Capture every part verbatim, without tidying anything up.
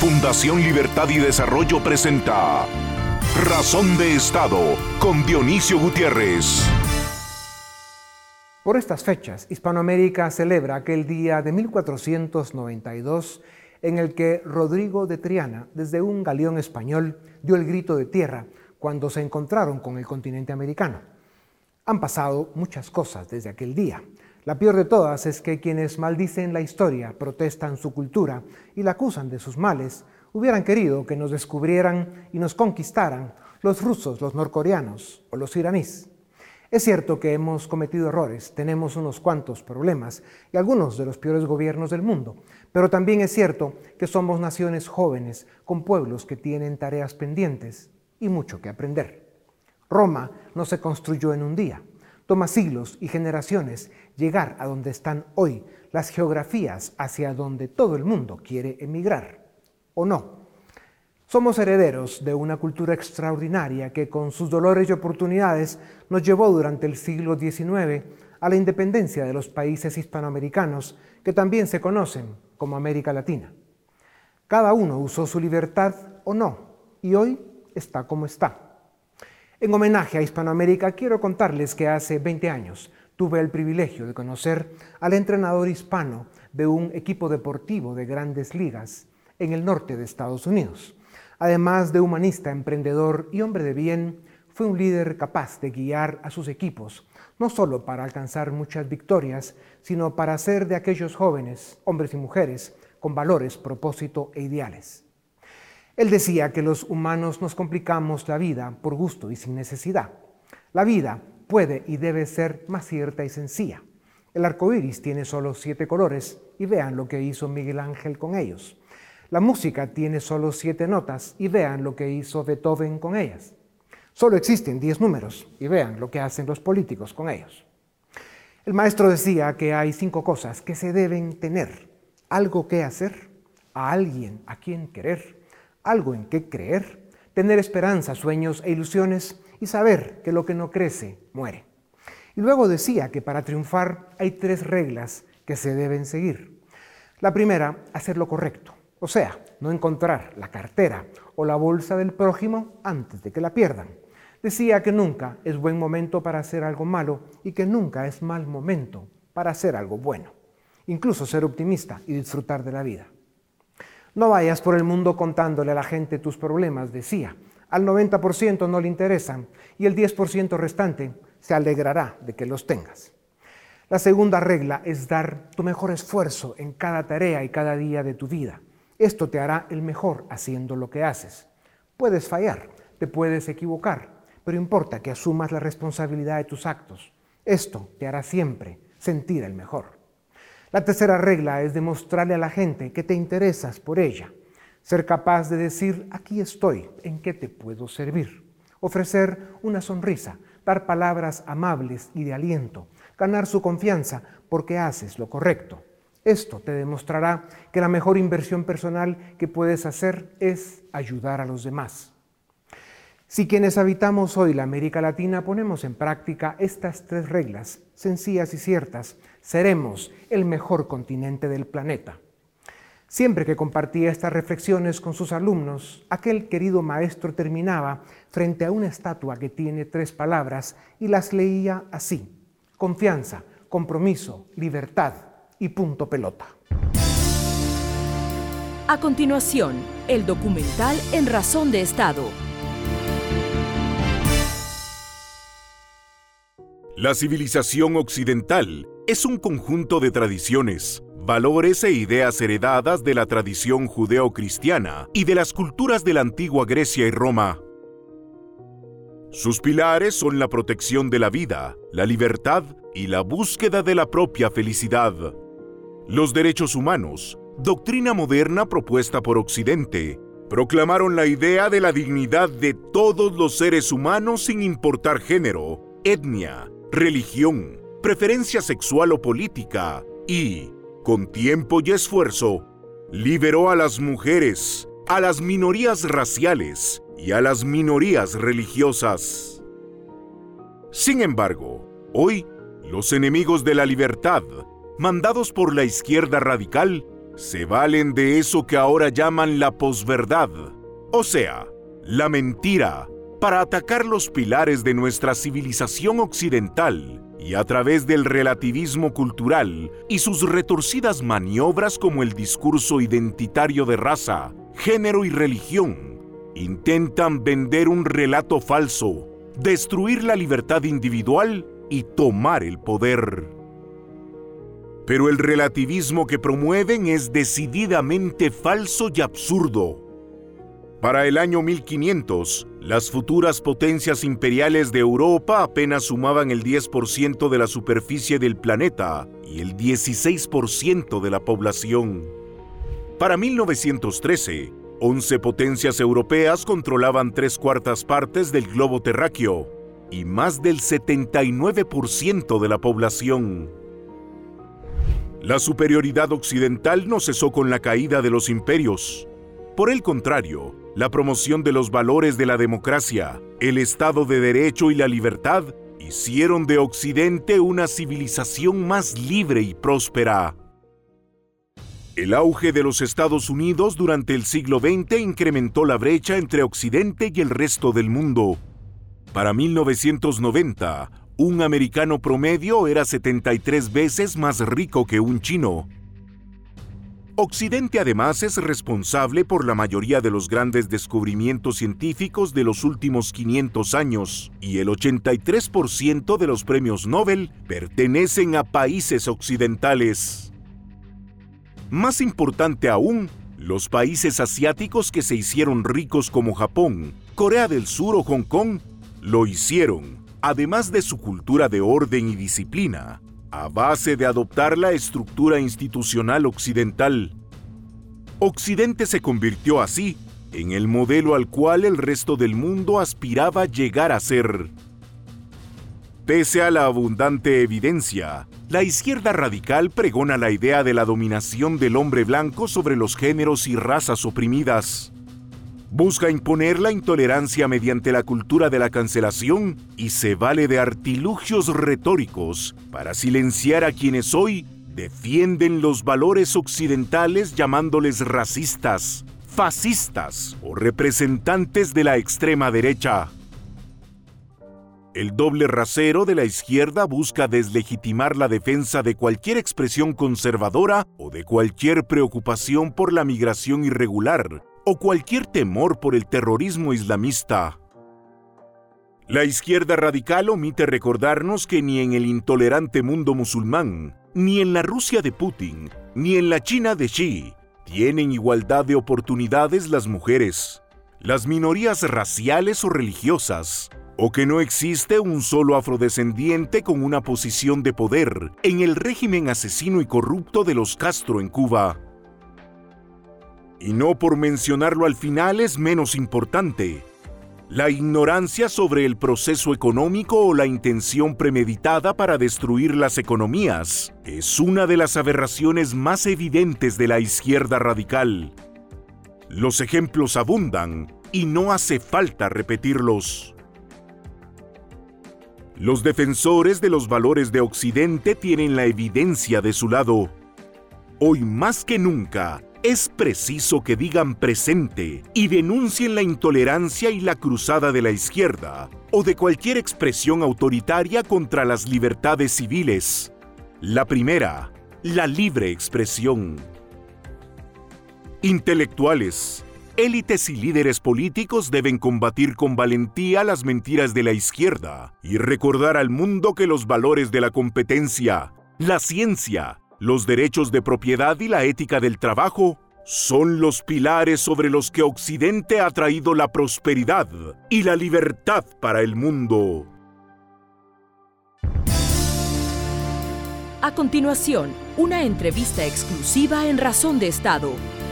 Fundación Libertad y Desarrollo presenta Razón de Estado con Dionisio Gutiérrez. Por estas fechas, Hispanoamérica celebra aquel día de mil cuatrocientos noventa y dos en el que Rodrigo de Triana, desde un galeón español, dio el grito de tierra cuando se encontraron con el continente americano. Han pasado muchas cosas desde aquel día. La peor de todas es que quienes maldicen la historia, protestan su cultura y la acusan de sus males, hubieran querido que nos descubrieran y nos conquistaran los rusos, los norcoreanos o los iraníes. Es cierto que hemos cometido errores, tenemos unos cuantos problemas y algunos de los peores gobiernos del mundo, pero también es cierto que somos naciones jóvenes con pueblos que tienen tareas pendientes y mucho que aprender. Roma no se construyó en un día. Toma siglos y generaciones llegar a donde están hoy las geografías hacia donde todo el mundo quiere emigrar, ¿o no? Somos herederos de una cultura extraordinaria que con sus dolores y oportunidades nos llevó durante el siglo diecinueve a la independencia de los países hispanoamericanos que también se conocen como América Latina. Cada uno usó su libertad o no, y hoy está como está. En homenaje a Hispanoamérica, quiero contarles que hace veinte años tuve el privilegio de conocer al entrenador hispano de un equipo deportivo de grandes ligas en el norte de Estados Unidos. Además de humanista, emprendedor y hombre de bien, fue un líder capaz de guiar a sus equipos, no solo para alcanzar muchas victorias, sino para ser de aquellos jóvenes, hombres y mujeres, con valores, propósito e ideales. Él decía que los humanos nos complicamos la vida por gusto y sin necesidad. La vida puede y debe ser más cierta y sencilla. El arco iris tiene solo siete colores y vean lo que hizo Miguel Ángel con ellos. La música tiene solo siete notas y vean lo que hizo Beethoven con ellas. Solo existen diez números y vean lo que hacen los políticos con ellos. El maestro decía que hay cinco cosas que se deben tener: algo que hacer, a alguien a quien querer, algo en qué creer, tener esperanza, sueños e ilusiones y saber que lo que no crece, muere. Y luego decía que para triunfar hay tres reglas que se deben seguir. La primera, hacer lo correcto, o sea, no encontrar la cartera o la bolsa del prójimo antes de que la pierdan. Decía que nunca es buen momento para hacer algo malo y que nunca es mal momento para hacer algo bueno. Incluso ser optimista y disfrutar de la vida. No vayas por el mundo contándole a la gente tus problemas, decía. Al noventa por ciento no le interesan y el diez por ciento restante se alegrará de que los tengas. La segunda regla es dar tu mejor esfuerzo en cada tarea y cada día de tu vida. Esto te hará el mejor haciendo lo que haces. Puedes fallar, te puedes equivocar, pero importa que asumas la responsabilidad de tus actos. Esto te hará siempre sentir el mejor. La tercera regla es demostrarle a la gente que te interesas por ella. Ser capaz de decir, aquí estoy, ¿en qué te puedo servir? Ofrecer una sonrisa, dar palabras amables y de aliento, ganar su confianza porque haces lo correcto. Esto te demostrará que la mejor inversión personal que puedes hacer es ayudar a los demás. Si quienes habitamos hoy la América Latina ponemos en práctica estas tres reglas, sencillas y ciertas, seremos el mejor continente del planeta. Siempre que compartía estas reflexiones con sus alumnos, aquel querido maestro terminaba frente a una estatua que tiene tres palabras y las leía así: confianza, compromiso, libertad y punto pelota. A continuación, el documental En Razón de Estado. La civilización occidental es un conjunto de tradiciones, valores e ideas heredadas de la tradición judeo-cristiana y de las culturas de la antigua Grecia y Roma. Sus pilares son la protección de la vida, la libertad y la búsqueda de la propia felicidad. Los derechos humanos, doctrina moderna propuesta por Occidente, proclamaron la idea de la dignidad de todos los seres humanos sin importar género, etnia, religión, preferencia sexual o política y, con tiempo y esfuerzo, liberó a las mujeres, a las minorías raciales y a las minorías religiosas. Sin embargo, hoy, los enemigos de la libertad, mandados por la izquierda radical, se valen de eso que ahora llaman la posverdad, o sea, la mentira, para atacar los pilares de nuestra civilización occidental y a través del relativismo cultural y sus retorcidas maniobras como el discurso identitario de raza, género y religión, intentan vender un relato falso, destruir la libertad individual y tomar el poder. Pero el relativismo que promueven es decididamente falso y absurdo. Para el año mil quinientos, las futuras potencias imperiales de Europa apenas sumaban el diez por ciento de la superficie del planeta y el dieciséis por ciento de la población. Para mil novecientos trece, once potencias europeas controlaban tres cuartas partes del globo terráqueo y más del setenta y nueve por ciento de la población. La superioridad occidental no cesó con la caída de los imperios. Por el contrario, la promoción de los valores de la democracia, el Estado de Derecho y la libertad hicieron de Occidente una civilización más libre y próspera. El auge de los Estados Unidos durante el siglo veinte incrementó la brecha entre Occidente y el resto del mundo. Para mil novecientos noventa, un americano promedio era setenta y tres veces más rico que un chino. Occidente además es responsable por la mayoría de los grandes descubrimientos científicos de los últimos quinientos años, y el ochenta y tres por ciento de los premios Nobel pertenecen a países occidentales. Más importante aún, los países asiáticos que se hicieron ricos como Japón, Corea del Sur o Hong Kong, lo hicieron, además de su cultura de orden y disciplina, a base de adoptar la estructura institucional occidental. Occidente se convirtió así en el modelo al cual el resto del mundo aspiraba a llegar a ser. Pese a la abundante evidencia, la izquierda radical pregona la idea de la dominación del hombre blanco sobre los géneros y razas oprimidas. Busca imponer la intolerancia mediante la cultura de la cancelación y se vale de artilugios retóricos para silenciar a quienes hoy defienden los valores occidentales llamándoles racistas, fascistas o representantes de la extrema derecha. El doble rasero de la izquierda busca deslegitimar la defensa de cualquier expresión conservadora o de cualquier preocupación por la migración irregular o cualquier temor por el terrorismo islamista. La izquierda radical omite recordarnos que ni en el intolerante mundo musulmán, ni en la Rusia de Putin, ni en la China de Xi, tienen igualdad de oportunidades las mujeres, las minorías raciales o religiosas, o que no existe un solo afrodescendiente con una posición de poder en el régimen asesino y corrupto de los Castro en Cuba. Y no por mencionarlo al final es menos importante. La ignorancia sobre el proceso económico o la intención premeditada para destruir las economías es una de las aberraciones más evidentes de la izquierda radical. Los ejemplos abundan y no hace falta repetirlos. Los defensores de los valores de Occidente tienen la evidencia de su lado. Hoy más que nunca, es preciso que digan presente y denuncien la intolerancia y la cruzada de la izquierda o de cualquier expresión autoritaria contra las libertades civiles. La primera, la libre expresión. Intelectuales, élites y líderes políticos deben combatir con valentía las mentiras de la izquierda y recordar al mundo que los valores de la competencia, la ciencia, los derechos de propiedad y la ética del trabajo son los pilares sobre los que Occidente ha traído la prosperidad y la libertad para el mundo. A continuación, una entrevista exclusiva en Razón de Estado.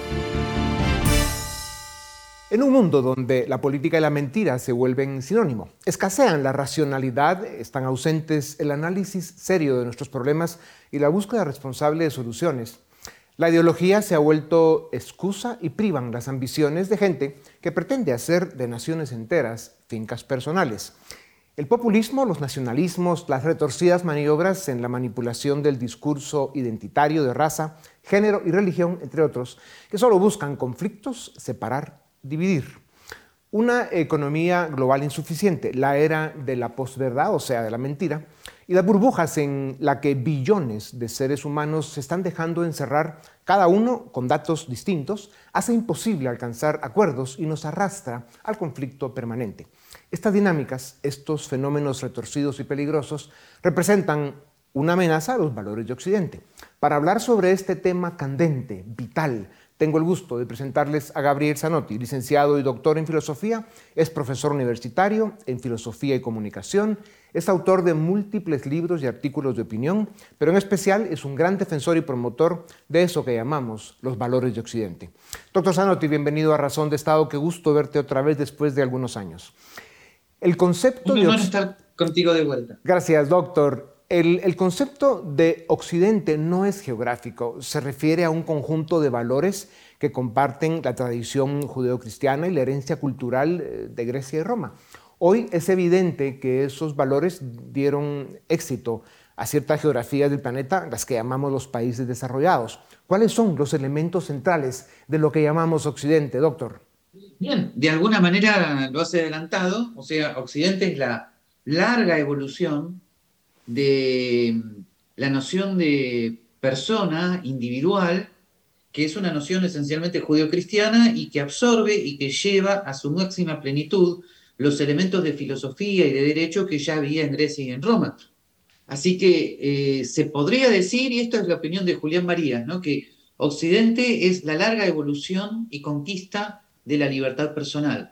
En un mundo donde la política y la mentira se vuelven sinónimo, escasean la racionalidad, están ausentes el análisis serio de nuestros problemas y la búsqueda responsable de soluciones. La ideología se ha vuelto excusa y privan las ambiciones de gente que pretende hacer de naciones enteras fincas personales. El populismo, los nacionalismos, las retorcidas maniobras en la manipulación del discurso identitario de raza, género y religión, entre otros, que solo buscan conflictos, separar, dividir. Una economía global insuficiente, la era de la posverdad, o sea, de la mentira, y las burbujas en la que billones de seres humanos se están dejando encerrar, cada uno con datos distintos, hace imposible alcanzar acuerdos y nos arrastra al conflicto permanente. Estas dinámicas, estos fenómenos retorcidos y peligrosos, representan una amenaza a los valores de Occidente. Para hablar sobre este tema candente, vital, tengo el gusto de presentarles a Gabriel Zanotti, licenciado y doctor en filosofía, es profesor universitario en filosofía y comunicación, es autor de múltiples libros y artículos de opinión, pero en especial es un gran defensor y promotor de eso que llamamos los valores de Occidente. Doctor Zanotti, bienvenido a Razón de Estado, qué gusto verte otra vez después de algunos años. El concepto Un de honor estar contigo de vuelta. Gracias, doctor. El, el concepto de Occidente no es geográfico, se refiere a un conjunto de valores que comparten la tradición judeocristiana y la herencia cultural de Grecia y Roma. Hoy es evidente que esos valores dieron éxito a ciertas geografías del planeta, las que llamamos los países desarrollados. ¿Cuáles son los elementos centrales de lo que llamamos Occidente, doctor? Bien, de alguna manera lo has adelantado, o sea, Occidente es la larga evolución de la noción de persona individual, que es una noción esencialmente judeocristiana y que absorbe y que lleva a su máxima plenitud los elementos de filosofía y de derecho que ya había en Grecia y en Roma. Así que eh, se podría decir, y esto es la opinión de Julián Marías, ¿no?, que Occidente es la larga evolución y conquista de la libertad personal,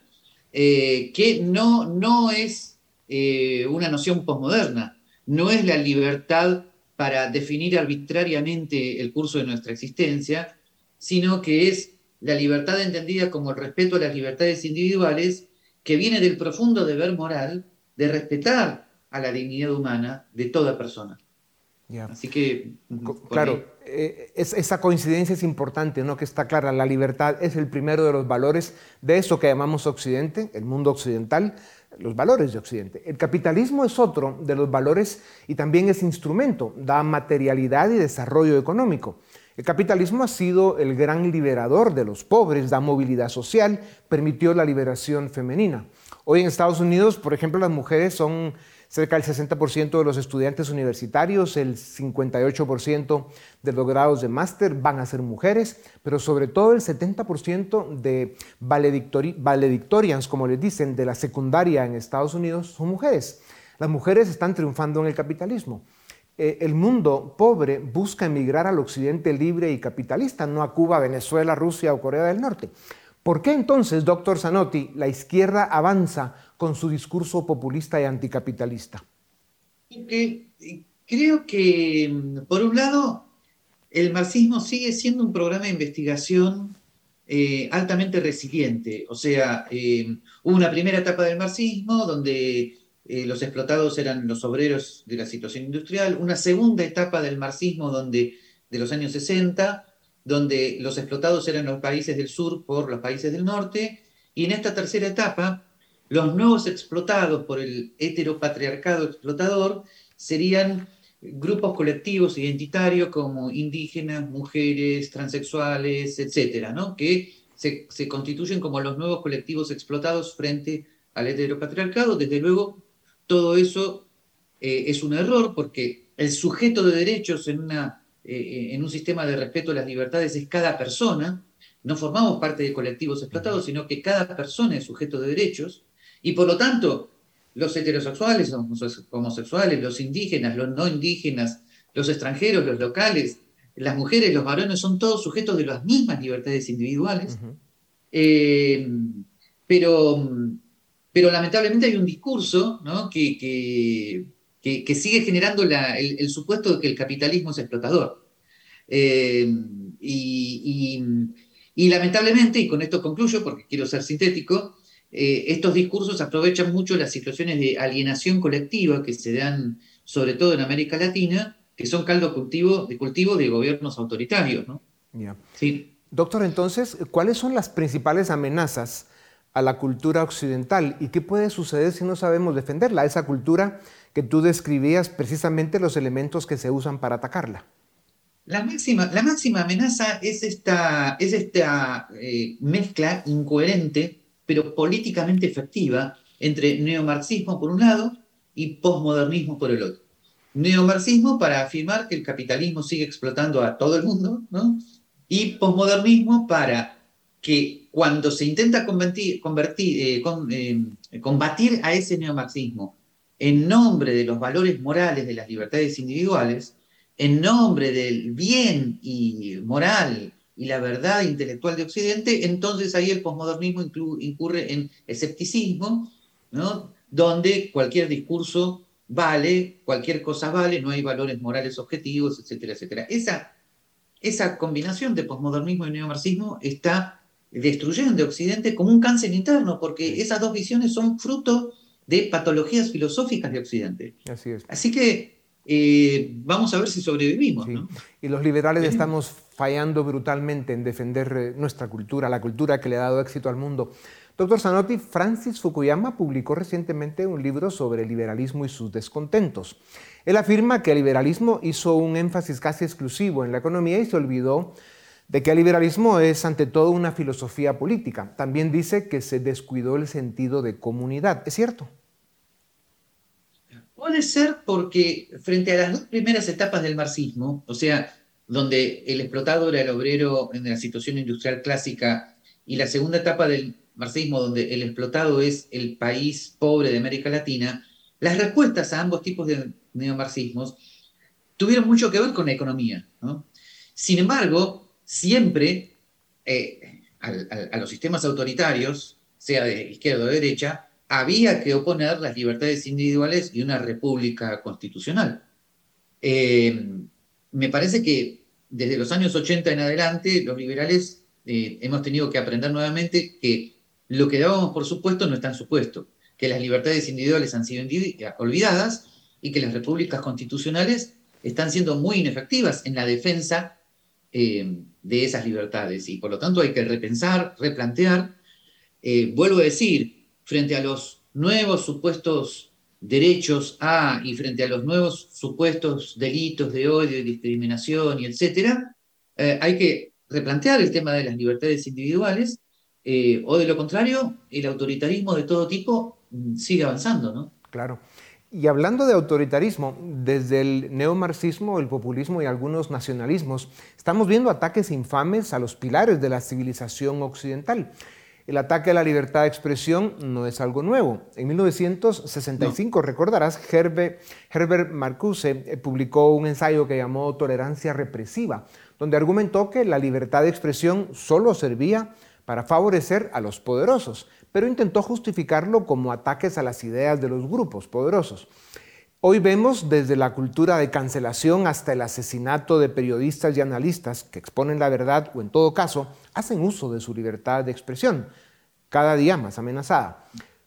eh, que no, no es eh, una noción posmoderna, no es la libertad para definir arbitrariamente el curso de nuestra existencia, sino que es la libertad entendida como el respeto a las libertades individuales, que viene del profundo deber moral de respetar a la dignidad humana de toda persona. Yeah. Así que... Claro, eh, es, esa coincidencia es importante, ¿no?, que está clara. La libertad es el primero de los valores de eso que llamamos Occidente, el mundo occidental, los valores de Occidente. El capitalismo es otro de los valores y también es instrumento, da materialidad y desarrollo económico. El capitalismo ha sido el gran liberador de los pobres, da movilidad social, permitió la liberación femenina. Hoy en Estados Unidos, por ejemplo, las mujeres son cerca del sesenta por ciento de los estudiantes universitarios, el cincuenta y ocho por ciento de los grados de máster van a ser mujeres, pero sobre todo el setenta por ciento de valedictori- valedictorians, como les dicen, de la secundaria en Estados Unidos son mujeres. Las mujeres están triunfando en el capitalismo. Eh, el mundo pobre busca emigrar al occidente libre y capitalista, no a Cuba, Venezuela, Rusia o Corea del Norte. ¿Por qué entonces, doctor Zanotti, la izquierda avanza con su discurso populista y anticapitalista? Porque creo que, por un lado, el marxismo sigue siendo un programa de investigación eh, altamente resiliente. O sea, eh, hubo una primera etapa del marxismo donde eh, los explotados eran los obreros de la situación industrial, una segunda etapa del marxismo donde, de los años sesenta, donde los explotados eran los países del sur por los países del norte, y en esta tercera etapa, los nuevos explotados por el heteropatriarcado explotador serían grupos colectivos identitarios como indígenas, mujeres, transexuales, etcétera, ¿no?, que se, se constituyen como los nuevos colectivos explotados frente al heteropatriarcado. Desde luego, todo eso eh, es un error, porque el sujeto de derechos en una Eh, en un sistema de respeto a las libertades es cada persona. No formamos parte de colectivos explotados, sino que cada persona es sujeto de derechos, y por lo tanto los heterosexuales, los homosexuales, los indígenas, los no indígenas, los extranjeros, los locales, las mujeres, los varones, son todos sujetos de las mismas libertades individuales. Uh-huh. eh, pero, pero lamentablemente hay un discurso, ¿no?, que, que Que, que sigue generando la, el, el supuesto de que el capitalismo es explotador. Eh, y, y, y lamentablemente, y con esto concluyo porque quiero ser sintético, eh, estos discursos aprovechan mucho las situaciones de alienación colectiva que se dan sobre todo en América Latina, que son caldo cultivo, de cultivo de gobiernos autoritarios, ¿no? Yeah. Sí. Doctor, entonces, ¿cuáles son las principales amenazas a la cultura occidental. ¿Y qué puede suceder si no sabemos defenderla? Esa cultura que tú describías, precisamente los elementos que se usan para atacarla. La máxima, la máxima amenaza es esta, es esta eh, mezcla incoherente, pero políticamente efectiva, entre neomarxismo por un lado y posmodernismo por el otro. Neomarxismo para afirmar que el capitalismo sigue explotando a todo el mundo, ¿no? Y posmodernismo para que cuando se intenta convertir, convertir, eh, con, eh, combatir a ese neomarxismo en nombre de los valores morales de las libertades individuales, en nombre del bien y moral y la verdad intelectual de Occidente, entonces ahí el posmodernismo incurre en escepticismo, ¿no? Donde cualquier discurso vale, cualquier cosa vale, no hay valores morales objetivos, etcétera, etcétera. Esa, esa combinación de posmodernismo y neomarxismo está destruyendo Occidente como un cáncer interno, porque esas dos visiones son fruto de patologías filosóficas de Occidente. Así es. Así que eh, vamos a ver si sobrevivimos, sí. ¿no? Y los liberales ¿Sí? estamos fallando brutalmente en defender nuestra cultura, la cultura que le ha dado éxito al mundo. Doctor Zanotti, Francis Fukuyama publicó recientemente un libro sobre el liberalismo y sus descontentos. Él afirma que el liberalismo hizo un énfasis casi exclusivo en la economía y se olvidó de que el liberalismo es ante todo una filosofía política. También dice que se descuidó el sentido de comunidad. ¿Es cierto? Puede ser porque frente a las dos primeras etapas del marxismo, o sea, donde el explotado era el obrero en la situación industrial clásica, y la segunda etapa del marxismo, donde el explotado es el país pobre de América Latina, las respuestas a ambos tipos de neomarxismos tuvieron mucho que ver con la economía, ¿no? Sin embargo, siempre eh, a, a, a los sistemas autoritarios, sea de izquierda o de derecha, había que oponer las libertades individuales y una república constitucional. Eh, me parece que desde los años ochenta en adelante, los liberales eh, hemos tenido que aprender nuevamente que lo que dábamos por supuesto no está en supuesto, que las libertades individuales han sido olvidadas y que las repúblicas constitucionales están siendo muy inefectivas en la defensa eh, de esas libertades. Y por lo tanto hay que repensar, replantear. Eh, vuelvo a decir, frente a los nuevos supuestos derechos a y frente a los nuevos supuestos delitos de odio y discriminación y etcétera, eh, hay que replantear el tema de las libertades individuales, eh, o de lo contrario, el autoritarismo de todo tipo mm, sigue avanzando, ¿no? Claro. Y hablando de autoritarismo, desde el neomarxismo, el populismo y algunos nacionalismos, estamos viendo ataques infames a los pilares de la civilización occidental. El ataque a la libertad de expresión no es algo nuevo. En mil novecientos sesenta y cinco, no. recordarás, Herbert, Herbert Marcuse publicó un ensayo que llamó Tolerancia Represiva, donde argumentó que la libertad de expresión solo servía para favorecer a los poderosos, pero intentó justificarlo como ataques a las ideas de los grupos poderosos. Hoy vemos desde la cultura de cancelación hasta el asesinato de periodistas y analistas que exponen la verdad o en todo caso hacen uso de su libertad de expresión, cada día más amenazada.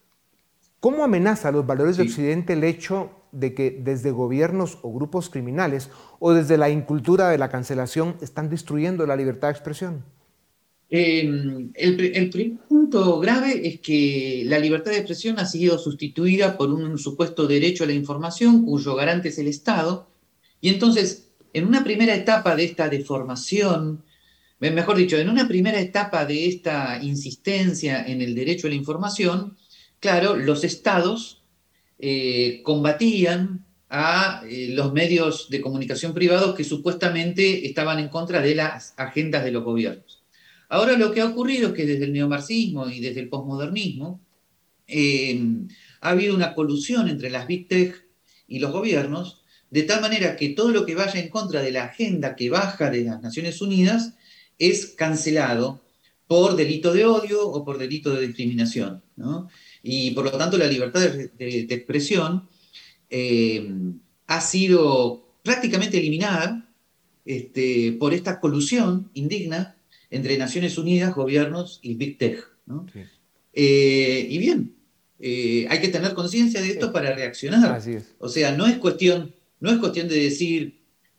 ¿Cómo amenaza a los valores sí. de Occidente el hecho de que desde gobiernos o grupos criminales o desde la incultura de la cancelación están destruyendo la libertad de expresión? Eh, el, el primer punto grave es que la libertad de expresión ha sido sustituida por un supuesto derecho a la información cuyo garante es el Estado, y entonces en una primera etapa de esta deformación, mejor dicho, en una primera etapa de esta insistencia en el derecho a la información, claro, los Estados eh, combatían a eh, los medios de comunicación privados que supuestamente estaban en contra de las agendas de los gobiernos. Ahora lo que ha ocurrido es que desde el neomarxismo y desde el posmodernismo eh, ha habido una colusión entre las Big Tech y los gobiernos, de tal manera que todo lo que vaya en contra de la agenda que baja de las Naciones Unidas es cancelado por delito de odio o por delito de discriminación, ¿no? Y por lo tanto la libertad de, de, de expresión eh, ha sido prácticamente eliminada este, por esta colusión indigna entre Naciones Unidas, gobiernos y Big Tech, ¿no? Sí. Eh, y bien, eh, hay que tener conciencia de esto sí. para reaccionar. Así es. O sea, no es cuestión, no es cuestión de decir,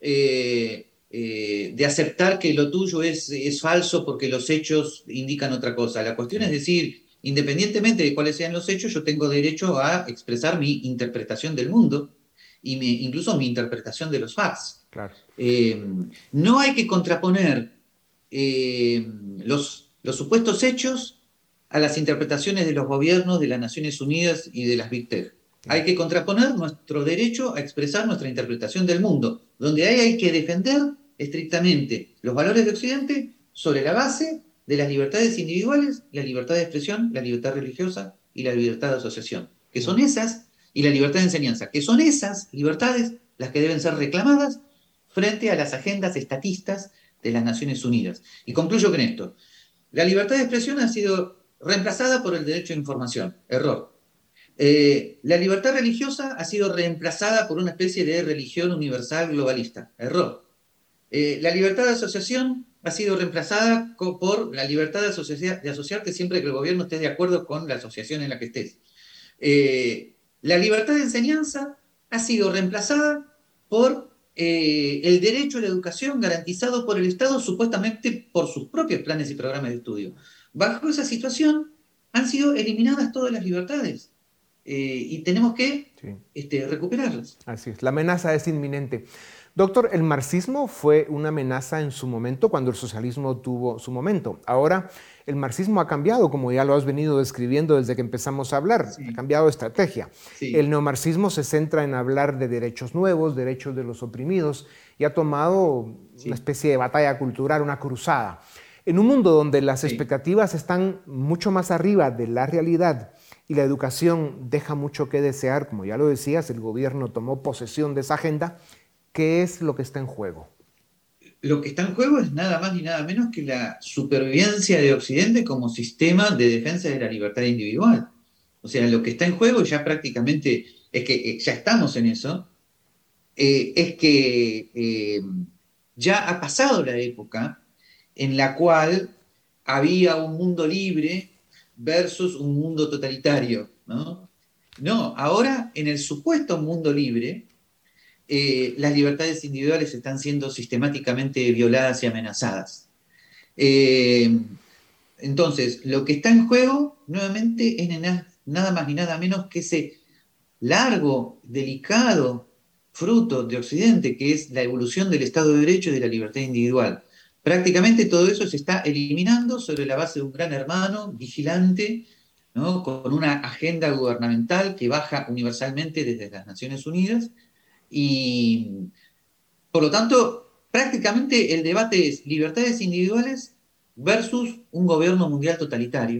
eh, eh, de aceptar que lo tuyo es, es falso porque los hechos indican otra cosa. La cuestión sí. es decir, independientemente de cuáles sean los hechos, yo tengo derecho a expresar mi interpretación del mundo y mi, incluso mi interpretación de los facts. Claro. Eh, no hay que contraponer eh, los, los supuestos hechos a las interpretaciones de los gobiernos de las Naciones Unidas y de las Big Tech. Hay que contraponer nuestro derecho a expresar nuestra interpretación del mundo, donde ahí hay que defender estrictamente los valores de Occidente sobre la base de las libertades individuales, la libertad de expresión, la libertad religiosa y la libertad de asociación, que son esas, y la libertad de enseñanza, que son esas libertades las que deben ser reclamadas frente a las agendas estatistas de las Naciones Unidas. Y concluyo con esto. La libertad de expresión ha sido reemplazada por el derecho a información. Error. Eh, la libertad religiosa ha sido reemplazada por una especie de religión universal globalista. Error. Eh, la libertad de asociación ha sido reemplazada por la libertad de, asocia de asociarte siempre que el gobierno esté de acuerdo con la asociación en la que estés. Eh, la libertad de enseñanza ha sido reemplazada por eh, el derecho a la educación garantizado por el Estado, supuestamente por sus propios planes y programas de estudio. Bajo esa situación han sido eliminadas todas las libertades eh, y tenemos que sí. este, recuperarlas. Así es, la amenaza es inminente. Doctor, el marxismo fue una amenaza en su momento cuando el socialismo tuvo su momento. Ahora el marxismo ha cambiado, como ya lo has venido describiendo desde que empezamos a hablar, sí. ha cambiado de estrategia. Sí. El neomarxismo se centra en hablar de derechos nuevos, derechos de los oprimidos, y ha tomado sí. una especie de batalla cultural, una cruzada. En un mundo donde las sí. expectativas están mucho más arriba de la realidad y la educación deja mucho que desear, como ya lo decías, el gobierno tomó posesión de esa agenda. ¿Qué es lo que está en juego? Lo que está en juego es nada más ni nada menos que la supervivencia de Occidente como sistema de defensa de la libertad individual. O sea, lo que está en juego ya prácticamente, es que ya estamos en eso, eh, es que eh, ya ha pasado la época en la cual había un mundo libre versus un mundo totalitario, ¿no? No, ahora en el supuesto mundo libre, Eh, las libertades individuales están siendo sistemáticamente violadas y amenazadas. Eh, entonces, lo que está en juego, nuevamente, es nada más ni nada menos que ese largo, delicado fruto de Occidente, que es la evolución del Estado de Derecho y de la libertad individual. Prácticamente todo eso se está eliminando sobre la base de un gran hermano vigilante, ¿no? Con una agenda gubernamental que baja universalmente desde las Naciones Unidas. Y por lo tanto, prácticamente el debate es libertades individuales versus un gobierno mundial totalitario.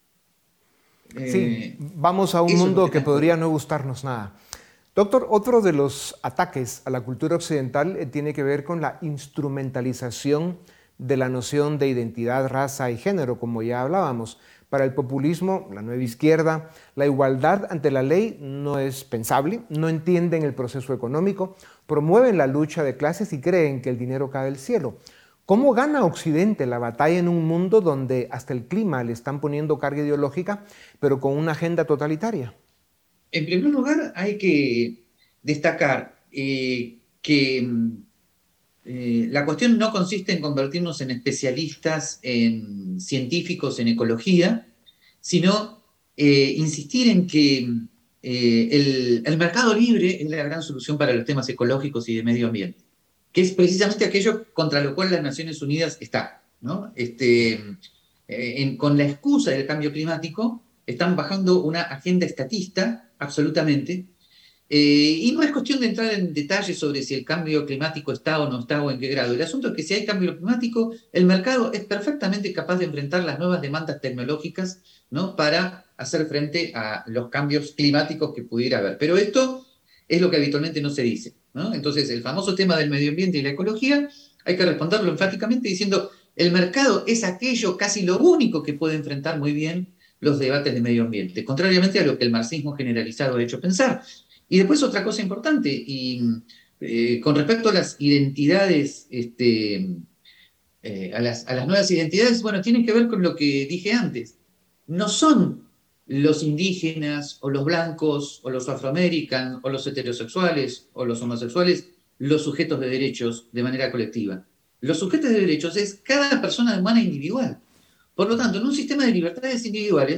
Sí, eh, vamos a un mundo que, que podría no gustarnos nada. Doctor, otro de los ataques a la cultura occidental eh, tiene que ver con la instrumentalización de la noción de identidad, raza y género, como ya hablábamos. Para el populismo, la nueva izquierda, la igualdad ante la ley no es pensable, no entienden el proceso económico, promueven la lucha de clases y creen que el dinero cae del cielo. ¿Cómo gana Occidente la batalla en un mundo donde hasta el clima le están poniendo carga ideológica, pero con una agenda totalitaria? En primer lugar, hay que destacar eh, que eh, la cuestión no consiste en convertirnos en especialistas, en científicos, en ecología, sino eh, insistir en que eh, el, el mercado libre es la gran solución para los temas ecológicos y de medio ambiente, que es precisamente aquello contra lo cual las Naciones Unidas está, ¿no? Este, eh, en, con la excusa del cambio climático, están bajando una agenda estatista, absolutamente, eh, y no es cuestión de entrar en detalles sobre si el cambio climático está o no está o en qué grado. El asunto es que si hay cambio climático, el mercado es perfectamente capaz de enfrentar las nuevas demandas tecnológicas, ¿no? Para hacer frente a los cambios climáticos que pudiera haber. Pero esto es lo que habitualmente no se dice, ¿no? Entonces, el famoso tema del medio ambiente y la ecología hay que responderlo enfáticamente diciendo el mercado es aquello, casi lo único que puede enfrentar muy bien los debates de medio ambiente, contrariamente a lo que el marxismo generalizado ha hecho pensar. Y después otra cosa importante, y eh, con respecto a las identidades, este, eh, a, las, a las nuevas identidades, bueno, tienen que ver con lo que dije antes. No son los indígenas, o los blancos, o los afroamericanos, o los heterosexuales, o los homosexuales, los sujetos de derechos de manera colectiva. Los sujetos de derechos es cada persona humana individual. Por lo tanto, en un sistema de libertades individuales,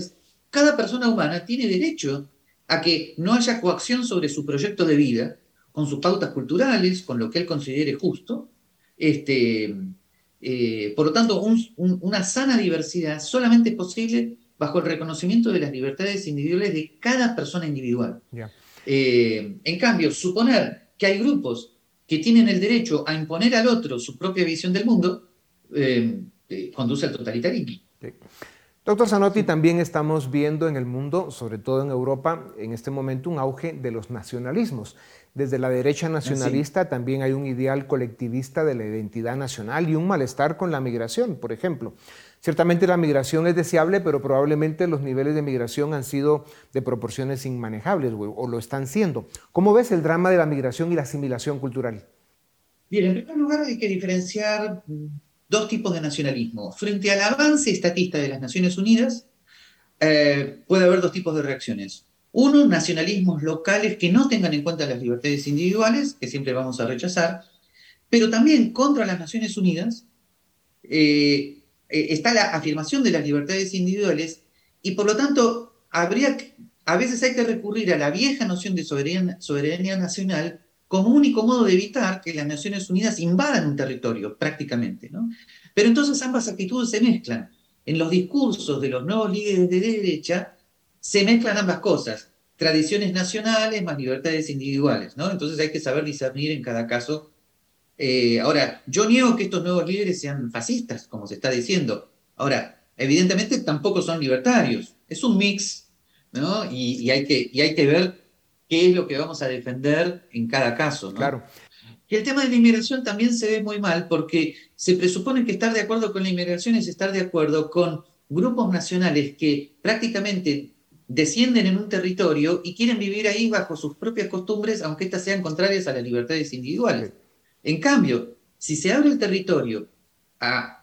cada persona humana tiene derecho a que no haya coacción sobre su proyecto de vida, con sus pautas culturales, con lo que él considere justo. Este, eh, por lo tanto, un, un, una sana diversidad solamente es posible bajo el reconocimiento de las libertades individuales de cada persona individual. Yeah. Eh, en cambio, suponer que hay grupos que tienen el derecho a imponer al otro su propia visión del mundo, eh, eh, conduce al totalitarismo. Sí. Doctor Zanotti, también estamos viendo en el mundo, sobre todo en Europa, en este momento un auge de los nacionalismos. Desde la derecha nacionalista sí. también hay un ideal colectivista de la identidad nacional y un malestar con la migración, por ejemplo. Ciertamente la migración es deseable, pero probablemente los niveles de migración han sido de proporciones inmanejables o, o lo están siendo. ¿Cómo ves el drama de la migración y la asimilación cultural? Bien, en primer lugar hay que diferenciar dos tipos de nacionalismo. Frente al avance estatista de las Naciones Unidas, eh, puede haber dos tipos de reacciones. Uno, nacionalismos locales que no tengan en cuenta las libertades individuales, que siempre vamos a rechazar, pero también contra las Naciones Unidas eh, eh, está la afirmación de las libertades individuales y por lo tanto habría que, a veces hay que recurrir a la vieja noción de soberanía, soberanía nacional como único modo de evitar que las Naciones Unidas invadan un territorio, prácticamente, ¿no? Pero entonces ambas actitudes se mezclan. En los discursos de los nuevos líderes de derecha se mezclan ambas cosas, tradiciones nacionales más libertades individuales, ¿no? Entonces hay que saber discernir en cada caso. Eh, ahora, yo niego que estos nuevos líderes sean fascistas, como se está diciendo. Ahora, evidentemente tampoco son libertarios. Es un mix, ¿no? Y, y, hay, que, y hay que ver qué es lo que vamos a defender en cada caso, ¿no? Claro. Y el tema de la inmigración también se ve muy mal porque se presupone que estar de acuerdo con la inmigración es estar de acuerdo con grupos nacionales que prácticamente descienden en un territorio y quieren vivir ahí bajo sus propias costumbres, aunque éstas sean contrarias a las libertades individuales. En cambio, si se abre el territorio a,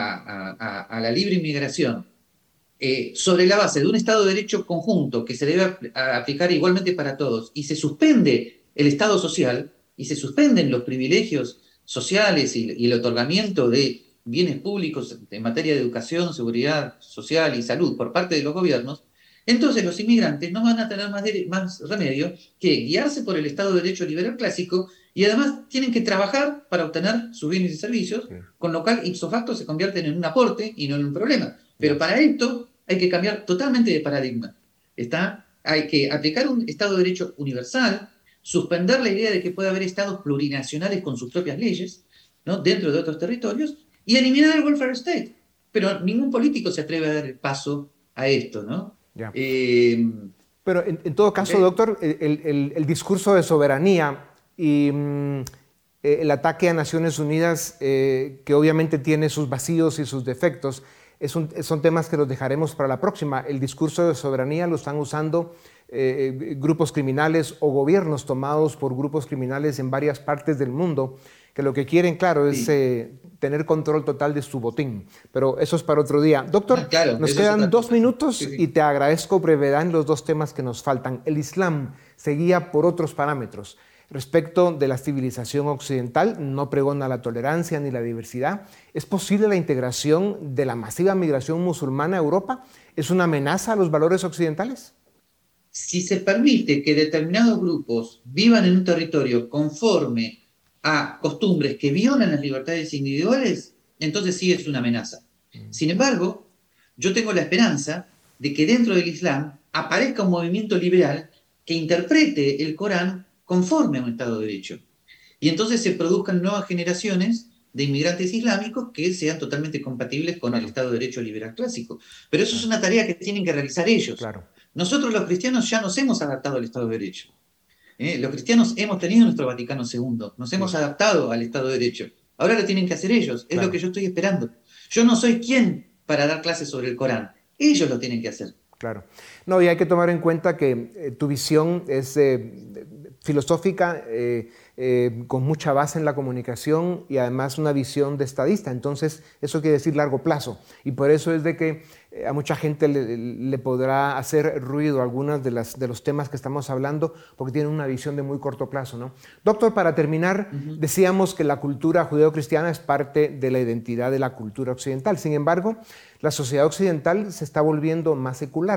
a, a, a la libre inmigración, Eh, sobre la base de un Estado de Derecho conjunto que se debe aplicar igualmente para todos y se suspende el Estado social y se suspenden los privilegios sociales y, y el otorgamiento de bienes públicos en materia de educación, seguridad social y salud por parte de los gobiernos, entonces los inmigrantes no van a tener más, de, más remedio que guiarse por el Estado de Derecho liberal clásico y además tienen que trabajar para obtener sus bienes y servicios, con lo cual ipso facto se convierten en un aporte y no en un problema. Pero para esto hay que cambiar totalmente de paradigma. ¿Está? Hay que aplicar un Estado de Derecho universal, suspender la idea de que puede haber estados plurinacionales con sus propias leyes, ¿no? Dentro de otros territorios, y eliminar el welfare state. Pero ningún político se atreve a dar el paso a esto, ¿no? Yeah. Eh, Pero en, en todo caso, okay. doctor, el, el, el discurso de soberanía y mm, el ataque a Naciones Unidas, eh, que obviamente tiene sus vacíos y sus defectos, Es un, son temas que los dejaremos para la próxima. El discurso de soberanía lo están usando eh, grupos criminales o gobiernos tomados por grupos criminales en varias partes del mundo, que lo que quieren, claro, es sí. eh, tener control total de su botín. Pero eso es para otro día. Doctor, ah, claro, nos quedan dos minutos sí, sí. y te agradezco brevedad en los dos temas que nos faltan. El Islam se guía por otros parámetros. Respecto de la civilización occidental, no pregona la tolerancia ni la diversidad. ¿Es posible la integración de la masiva migración musulmana a Europa? ¿Es una amenaza a los valores occidentales? Si se permite que determinados grupos vivan en un territorio conforme a costumbres que violan las libertades individuales, entonces sí es una amenaza. Sin embargo, yo tengo la esperanza de que dentro del Islam aparezca un movimiento liberal que interprete el Corán conforme a un Estado de Derecho. Y entonces se produzcan nuevas generaciones de inmigrantes islámicos que sean totalmente compatibles con el Estado de Derecho liberal clásico. Pero eso es una tarea que tienen que realizar ellos. Claro. Nosotros los cristianos ya nos hemos adaptado al Estado de Derecho. ¿Eh? Los cristianos hemos tenido nuestro Vaticano segundo, nos hemos sí. adaptado al Estado de Derecho. Ahora lo tienen que hacer ellos, es claro. lo que yo estoy esperando. Yo no soy quien para dar clases sobre el Corán, ellos lo tienen que hacer. Claro. No, y hay que tomar en cuenta que eh, tu visión es eh, filosófica, eh, eh, con mucha base en la comunicación y además una visión de estadista. Entonces, eso quiere decir largo plazo. Y por eso es de que eh, a mucha gente le, le podrá hacer ruido algunos de, las, de los temas que estamos hablando porque tienen una visión de muy corto plazo, ¿no? Doctor, para terminar, uh-huh. decíamos que la cultura judeocristiana es parte de la identidad de la cultura occidental. Sin embargo, la sociedad occidental se está volviendo más secular.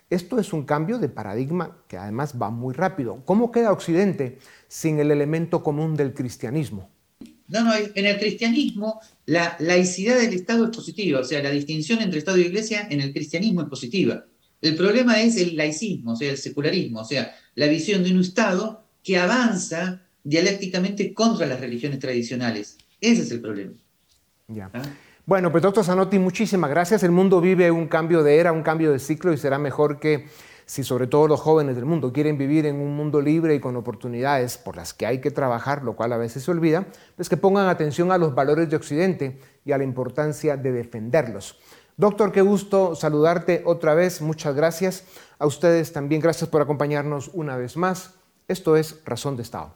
Esto es un cambio de paradigma que además va muy rápido. ¿Cómo queda Occidente sin el elemento común del cristianismo? No, no, en el cristianismo la laicidad del Estado es positiva, o sea, la distinción entre Estado y Iglesia en el cristianismo es positiva. El problema es el laicismo, o sea, el secularismo, o sea, la visión de un Estado que avanza dialécticamente contra las religiones tradicionales. Ese es el problema. Ya. ¿Ah? Bueno, pues doctor Zanotti, muchísimas gracias. El mundo vive un cambio de era, un cambio de ciclo y será mejor que, si sobre todo los jóvenes del mundo quieren vivir en un mundo libre y con oportunidades por las que hay que trabajar, lo cual a veces se olvida, pues que pongan atención a los valores de Occidente y a la importancia de defenderlos. Doctor, qué gusto saludarte otra vez. Muchas gracias. A ustedes también gracias por acompañarnos una vez más. Esto es Razón de Estado.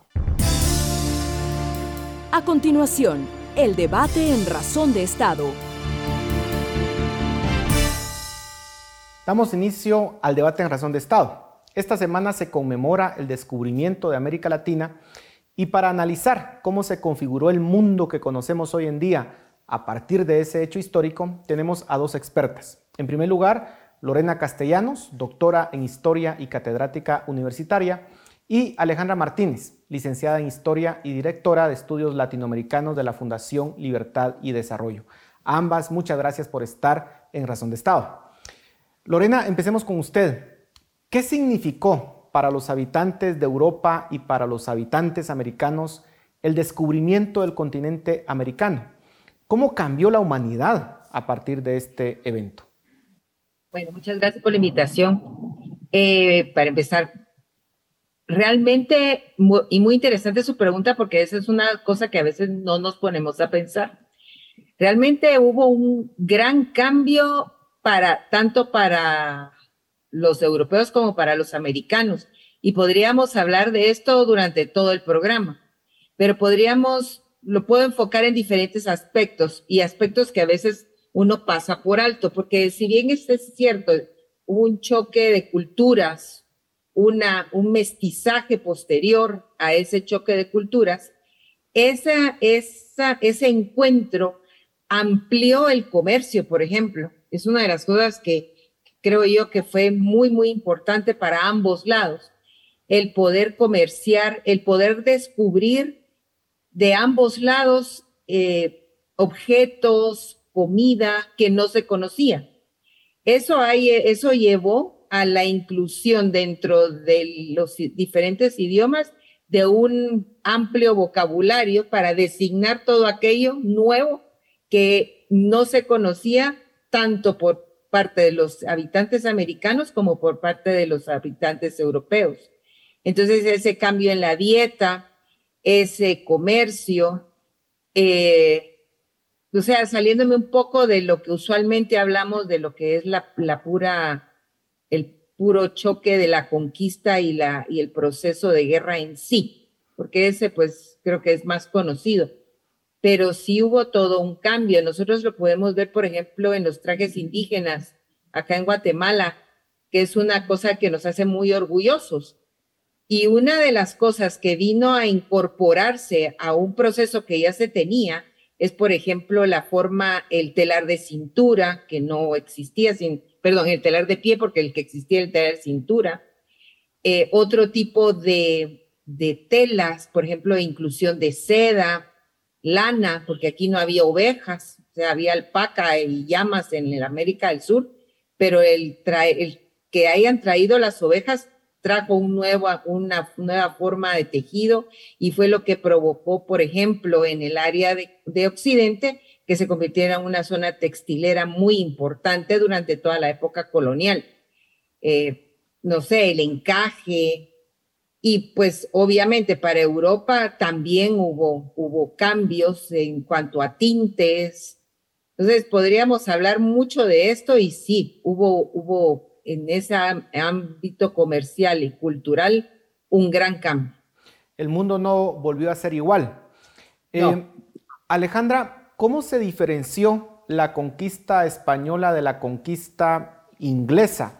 A continuación, el debate en Razón de Estado. Damos inicio al debate en Razón de Estado. Esta semana se conmemora el descubrimiento de América Latina y para analizar cómo se configuró el mundo que conocemos hoy en día a partir de ese hecho histórico, tenemos a dos expertas. En primer lugar, Lorena Castellanos, doctora en Historia y catedrática universitaria, y Alejandra Martínez, licenciada en Historia y directora de Estudios Latinoamericanos de la Fundación Libertad y Desarrollo. A ambas, muchas gracias por estar en Razón de Estado. Lorena, empecemos con usted. ¿Qué significó para los habitantes de Europa y para los habitantes americanos el descubrimiento del continente americano? ¿Cómo cambió la humanidad a partir de este evento? Bueno, muchas gracias por la invitación. Eh, para empezar, realmente, muy, y muy interesante su pregunta, porque esa es una cosa que a veces no nos ponemos a pensar. Realmente hubo un gran cambio para, tanto para los europeos como para los americanos, y podríamos hablar de esto durante todo el programa, pero podríamos, lo puedo enfocar en diferentes aspectos, y aspectos que a veces uno pasa por alto, porque si bien esto es cierto, hubo un choque de culturas, Una, un mestizaje posterior a ese choque de culturas, esa, esa, ese encuentro amplió el comercio, por ejemplo. Es una de las cosas que creo yo que fue muy, muy importante para ambos lados. El poder comerciar, el poder descubrir de ambos lados eh, objetos, comida que no se conocía. Eso, hay, eso llevó a la inclusión dentro de los diferentes idiomas de un amplio vocabulario para designar todo aquello nuevo que no se conocía tanto por parte de los habitantes americanos como por parte de los habitantes europeos. Entonces, ese cambio en la dieta, ese comercio, eh, o sea, saliéndome un poco de lo que usualmente hablamos de lo que es la, la pura... el puro choque de la conquista y, la, y el proceso de guerra en sí, porque ese pues creo que es más conocido, pero sí hubo todo un cambio. Nosotros lo podemos ver, por ejemplo, en los trajes indígenas acá en Guatemala, que es una cosa que nos hace muy orgullosos. Y una de las cosas que vino a incorporarse a un proceso que ya se tenía es, por ejemplo, la forma, el telar de cintura, que no existía sin... perdón, el telar de pie, porque el que existía era el telar de cintura, eh, otro tipo de, de telas, por ejemplo, inclusión de seda, lana, porque aquí no había ovejas, o sea, había alpaca y llamas en la América del Sur, pero el, trae, el que hayan traído las ovejas trajo un nuevo, una nueva forma de tejido y fue lo que provocó, por ejemplo, en el área de, de Occidente, que se convirtiera en una zona textilera muy importante durante toda la época colonial. Eh, no sé, el encaje, y pues obviamente para Europa también hubo, hubo cambios en cuanto a tintes. Entonces podríamos hablar mucho de esto y sí, hubo, hubo en ese ámbito comercial y cultural un gran cambio. El mundo no volvió a ser igual. No. Eh, Alejandra, ¿cómo se diferenció la conquista española de la conquista inglesa?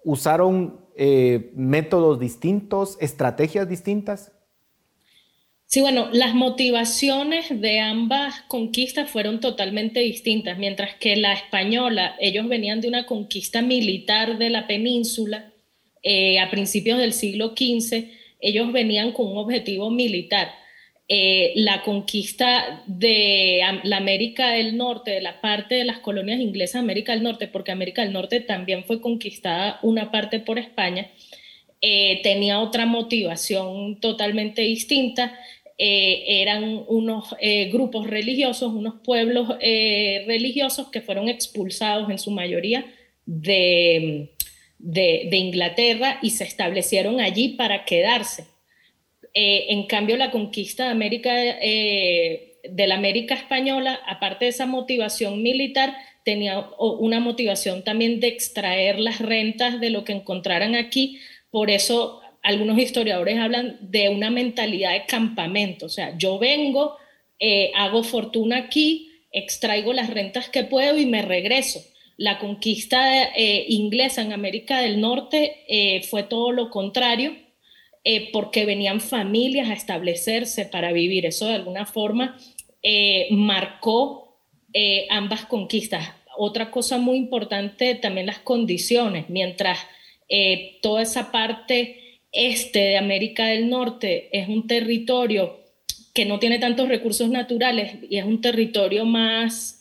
¿Usaron eh, métodos distintos, estrategias distintas? Sí, bueno, las motivaciones de ambas conquistas fueron totalmente distintas. Mientras que la española, ellos venían de una conquista militar de la península eh, a principios del siglo quince, ellos venían con un objetivo militar. Eh, la conquista de la América del Norte, de la parte de las colonias inglesas de América del Norte, porque América del Norte también fue conquistada una parte por España, eh, tenía otra motivación totalmente distinta. Eh, eran unos eh, grupos religiosos, unos pueblos eh, religiosos que fueron expulsados en su mayoría de, de, de Inglaterra y se establecieron allí para quedarse. Eh, en cambio, la conquista de América, eh, de la América española, aparte de esa motivación militar, tenía una motivación también de extraer las rentas de lo que encontraran aquí. Por eso algunos historiadores hablan de una mentalidad de campamento. O sea, yo vengo, eh, hago fortuna aquí, extraigo las rentas que puedo y me regreso. La conquista eh, inglesa en América del Norte eh, fue todo lo contrario. Eh, porque venían familias a establecerse para vivir. Eso de alguna forma eh, marcó eh, ambas conquistas. Otra cosa muy importante, también las condiciones. Mientras eh, toda esa parte este de América del Norte es un territorio que no tiene tantos recursos naturales y es un territorio más...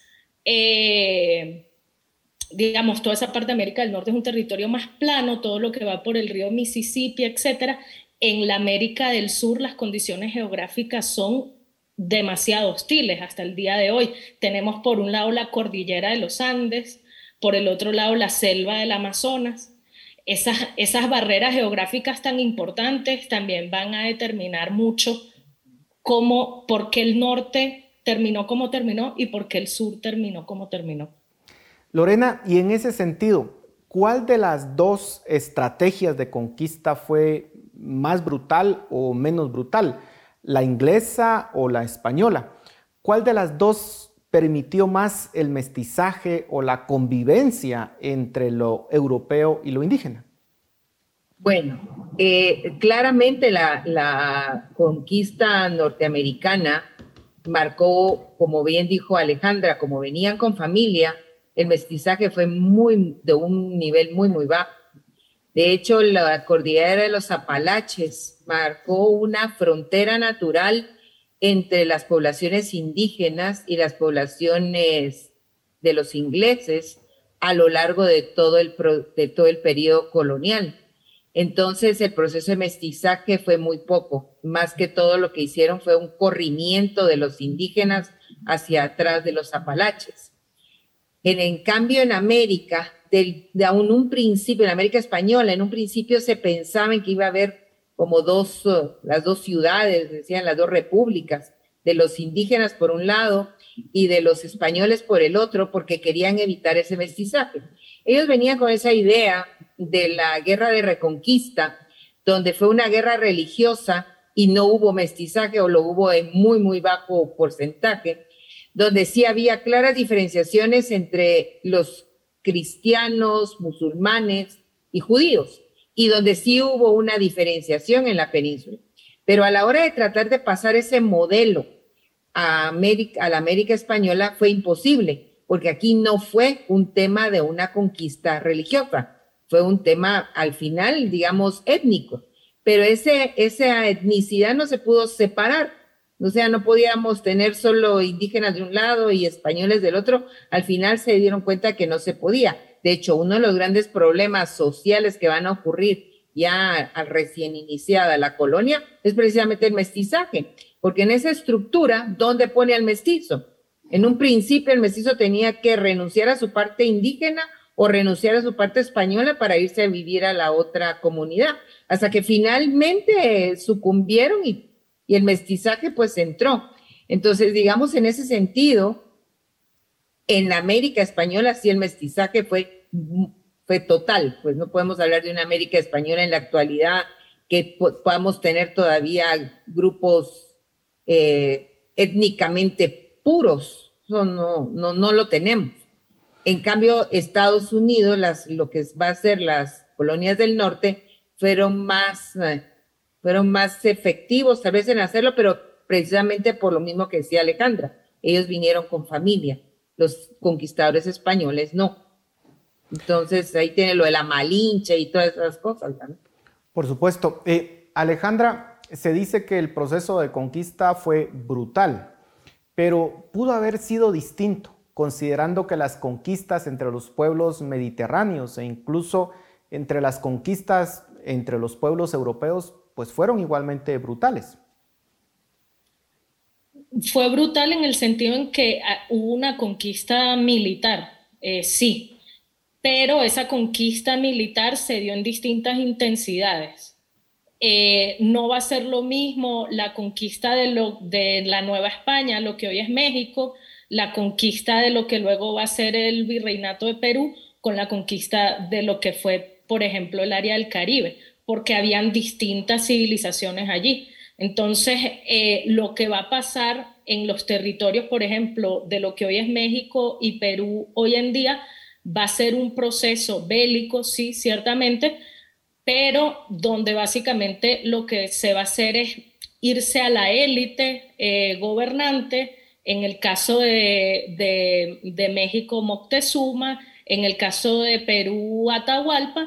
Eh, digamos, toda esa parte de América del Norte es un territorio más plano, todo lo que va por el río Mississippi, etcétera. En la América del Sur las condiciones geográficas son demasiado hostiles hasta el día de hoy. Tenemos por un lado la cordillera de los Andes, por el otro lado la selva del Amazonas. Esas, esas barreras geográficas tan importantes también van a determinar mucho cómo, por qué el norte terminó como terminó y por qué el sur terminó como terminó. Lorena, y en ese sentido, ¿cuál de las dos estrategias de conquista fue más brutal o menos brutal? ¿La inglesa o la española? ¿Cuál de las dos permitió más el mestizaje o la convivencia entre lo europeo y lo indígena? Bueno, eh, claramente la, la conquista norteamericana marcó, como bien dijo Alejandra, como venían con familia, el mestizaje fue muy, de un nivel muy, muy bajo. De hecho, la cordillera de los Apalaches marcó una frontera natural entre las poblaciones indígenas y las poblaciones de los ingleses a lo largo de todo el, de todo el periodo colonial. Entonces, el proceso de mestizaje fue muy poco. Más que todo lo que hicieron fue un corrimiento de los indígenas hacia atrás de los Apalaches. En, en cambio, en América, de, de aún un principio, en América Española, en un principio se pensaba en que iba a haber como dos, uh, las dos ciudades, decían las dos repúblicas, de los indígenas por un lado y de los españoles por el otro, porque querían evitar ese mestizaje. Ellos venían con esa idea de la guerra de reconquista, donde fue una guerra religiosa y no hubo mestizaje o lo hubo en muy, muy bajo porcentaje, donde sí había claras diferenciaciones entre los cristianos, musulmanes y judíos, y donde sí hubo una diferenciación en la península. Pero a la hora de tratar de pasar ese modelo a, América, a la América española fue imposible, porque aquí no fue un tema de una conquista religiosa, fue un tema al final, digamos, étnico, pero ese, esa etnicidad no se pudo separar. O sea, no podíamos tener solo indígenas de un lado y españoles del otro. Al final se dieron cuenta que no se podía. De hecho, uno de los grandes problemas sociales que van a ocurrir ya al recién iniciada la colonia es precisamente el mestizaje. Porque en esa estructura, ¿dónde pone al mestizo? En un principio el mestizo tenía que renunciar a su parte indígena o renunciar a su parte española para irse a vivir a la otra comunidad. Hasta que finalmente sucumbieron y y el mestizaje pues entró. Entonces, digamos, en ese sentido, en la América española sí el mestizaje fue, fue total, pues no podemos hablar de una América española en la actualidad que podamos tener todavía grupos eh, étnicamente puros, no, no, no, no lo tenemos. En cambio, Estados Unidos, las, lo que va a ser las colonias del norte, fueron más... Eh, fueron más efectivos tal vez en hacerlo, pero precisamente por lo mismo que decía Alejandra. Ellos vinieron con familia, los conquistadores españoles no. Entonces ahí tiene lo de la Malinche y todas esas cosas, ¿no? Por supuesto. Eh, Alejandra, se dice que el proceso de conquista fue brutal, pero pudo haber sido distinto, considerando que las conquistas entre los pueblos mediterráneos e incluso entre las conquistas entre los pueblos europeos, pues fueron igualmente brutales. Fue brutal en el sentido en que hubo una conquista militar, eh, sí, pero esa conquista militar se dio en distintas intensidades. Eh, no va a ser lo mismo la conquista de, lo, de la Nueva España, lo que hoy es México, la conquista de lo que luego va a ser el Virreinato de Perú, con la conquista de lo que fue, por ejemplo, el área del Caribe, porque habían distintas civilizaciones allí. Entonces, eh, lo que va a pasar en los territorios, por ejemplo, de lo que hoy es México y Perú hoy en día, va a ser un proceso bélico, sí, ciertamente, pero donde básicamente lo que se va a hacer es irse a la élite eh, gobernante, en el caso de, de, de México Moctezuma, en el caso de Perú Atahualpa,